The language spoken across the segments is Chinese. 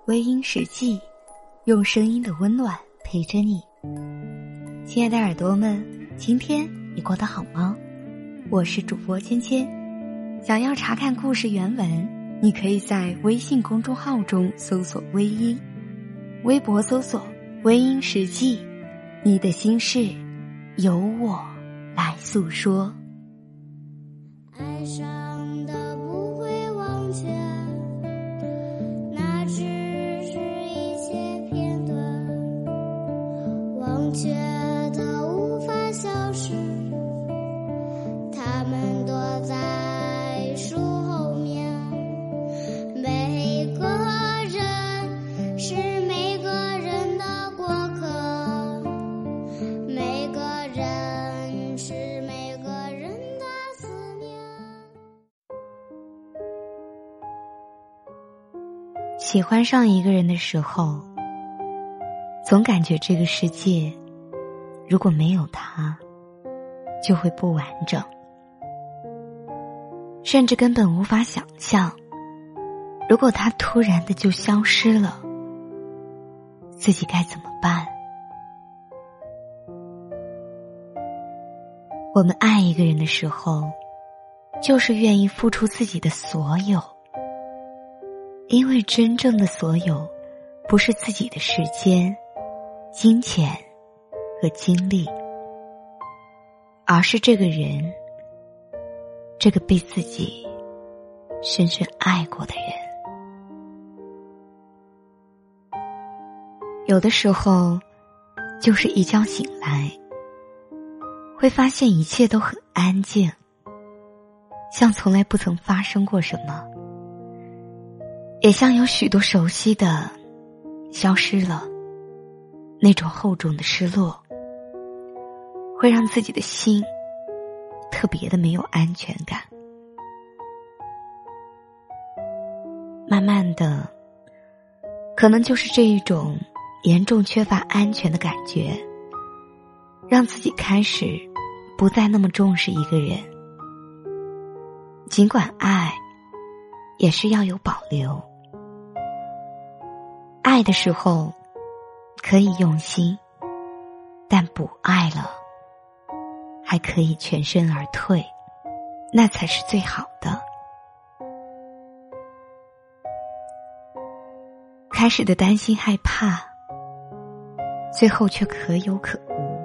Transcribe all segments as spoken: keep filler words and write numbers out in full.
微音时记，用声音的温暖陪着你。亲爱的耳朵们，今天你过得好吗？我是主播芊芊。想要查看故事原文，你可以在微信公众号中搜索微音，微博搜索微音时记，你的心事由我来诉说。 爱上的不会忘却，那只是一些片段，忘却的无法消失，他们躲在树后面。每个人是每个人的过客，每个人是每个人的思念。 喜欢上一个人的时候，总感觉这个世界如果没有他就会不完整，甚至根本无法想象，如果他突然的就消失了，自己该怎么办？我们爱一个人的时候，就是愿意付出自己的所有，因为真正的所有不是自己的时间、金钱和精力，而是这个人，这个被自己深深爱过的人。有的时候就是一觉醒来，会发现一切都很安静，像从来不曾发生过什么，也像有许多熟悉的消失了，那种厚重的失落会让自己的心特别的没有安全感。慢慢的，可能就是这一种严重缺乏安全的感觉，让自己开始不再那么重视一个人。尽管爱也是要有保留，爱的时候可以用心，但不爱了还可以全身而退，那才是最好的。开始的担心害怕，最后却可有可无。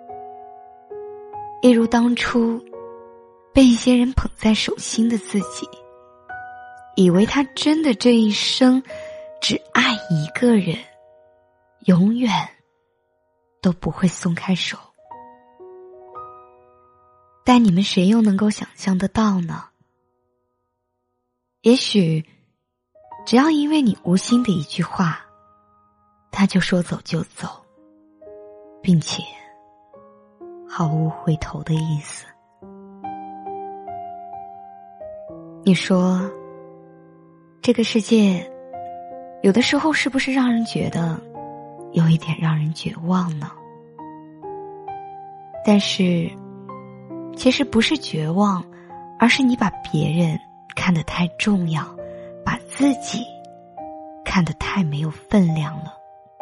一如当初被一些人捧在手心的自己，以为他真的这一生只爱一个人，永远都不会松开手。但你们谁又能够想象得到呢？也许只要因为你无心的一句话，他就说走就走，并且毫无回头的意思。你说这个世界有的时候是不是让人觉得有一点让人绝望呢？但是其实不是绝望，而是你把别人看得太重要，把自己看得太没有分量了。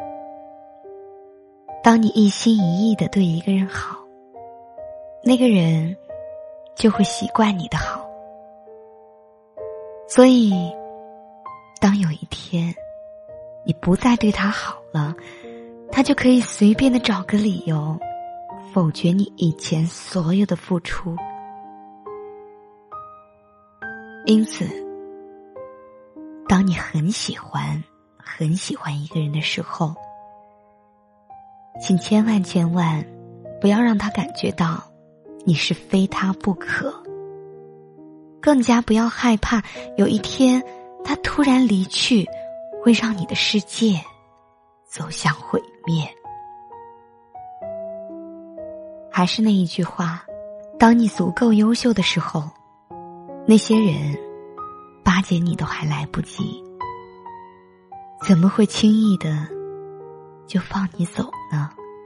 当你一心一意地对一个人好，那个人就会习惯你的好。所以当有一天你不再对他好了，他就可以随便地找个理由否决你以前所有的付出。因此当你很喜欢很喜欢一个人的时候，请千万千万不要让他感觉到你是非他不可，更加不要害怕有一天他突然离去，会让你的世界走向毁灭。还是那一句话，当你足够优秀的时候，那些人巴结你都还来不及，怎么会轻易的就放你走呢？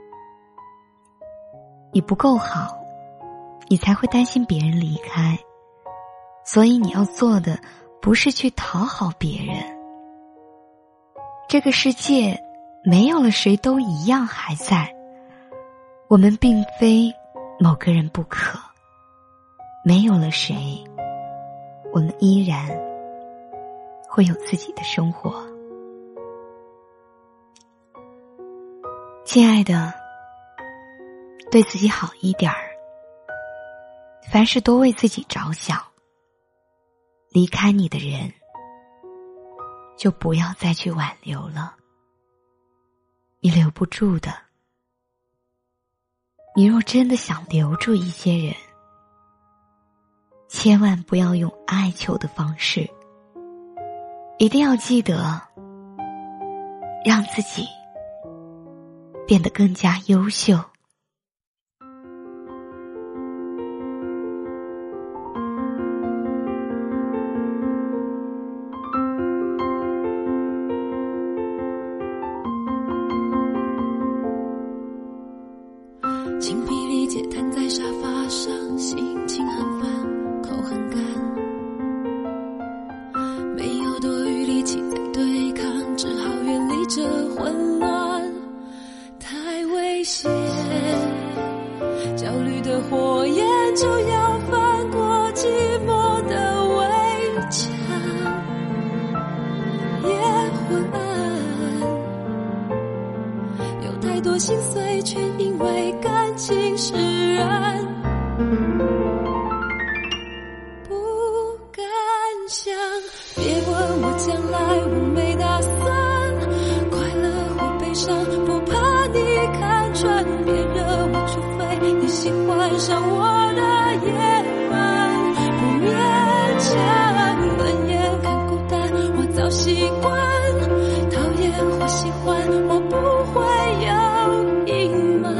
你不够好，你才会担心别人离开，所以你要做的不是去讨好别人， 这个世界没有了谁都一样还在，我们并非某个人不可，没有了谁，我们依然会有自己的生活。亲爱的，对自己好一点儿，凡事多为自己着想。离开你的人，就不要再去挽留了，你留不住的。你若真的想留住一些人，千万不要用哀求的方式，一定要记得让自己变得更加优秀。 精疲力竭瘫在沙发上，心情很烦，口很干，没有多余力气再对抗，只好远离这混乱，太危险，焦虑的火焰就要翻过寂寞的围墙，夜昏暗，有太多心碎却因为感情释然，不敢想，别问我将来我没打算，快乐或悲伤不怕你看穿，别惹我除非你喜欢上我的野蛮，不勉强，冷眼看孤单我早习惯，讨厌或喜欢我不会有隐瞒，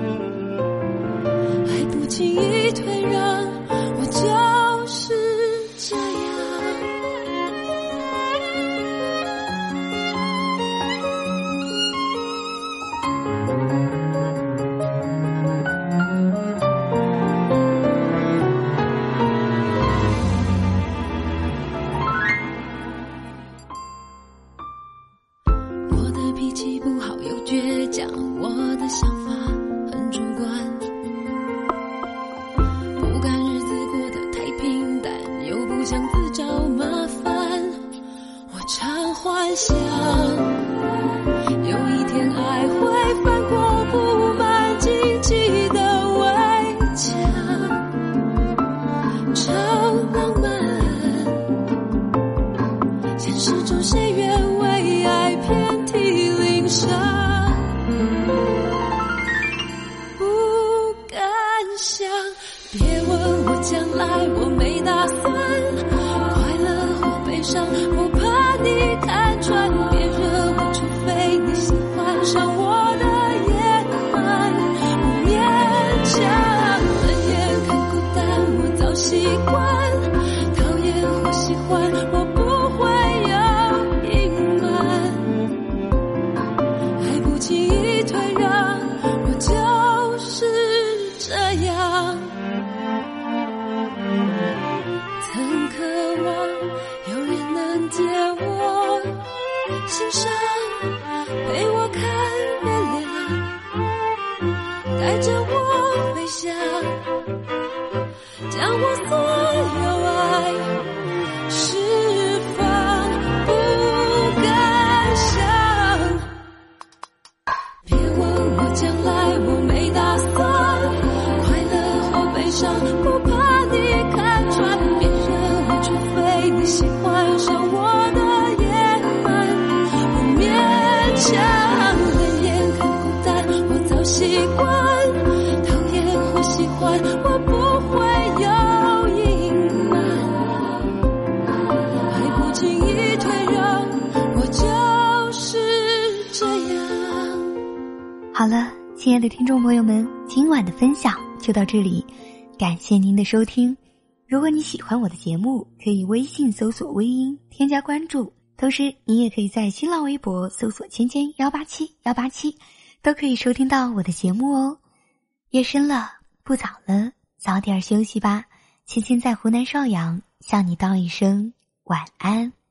爱不轻易退让，我就是这样。我的脾气不好又倔强，我的想法很主观，不甘日子过得太平淡，又不想自找麻烦，我常幻想有一天爱会翻过布满荆棘的围墙，超浪漫，现实中谁愿为爱遍体鳞伤，不敢想，别问我将来我没打算，快乐或悲伤不怕你看穿，别惹我除非你喜欢上我的野蛮，不勉强，冷眼看孤单我早习惯，讨厌或喜欢我不会有隐瞒，爱不轻易退让，我就是这样。曾渴望有人能借我心上，陪我看月亮，带着我飞翔，将我所有爱释放，不敢想，别问我将来我没打算，快乐或悲伤不怕你看穿，别惹我除非你喜欢上我的野蛮，不勉强，冷眼看孤单我早习惯，讨厌或喜欢我不会有隐瞒，爱不轻易退让，我就是这样。 好了，亲爱的听众朋友们，今晚的分享就到这里，感谢您的收听。如果你喜欢我的节目，可以微信搜索微音添加关注，同时你也可以在新浪微博搜索芊芊一八七一八七，都可以收听到我的节目哦。夜深了，不早了，早点休息吧。芊芊在湖南邵阳向你道一声晚安。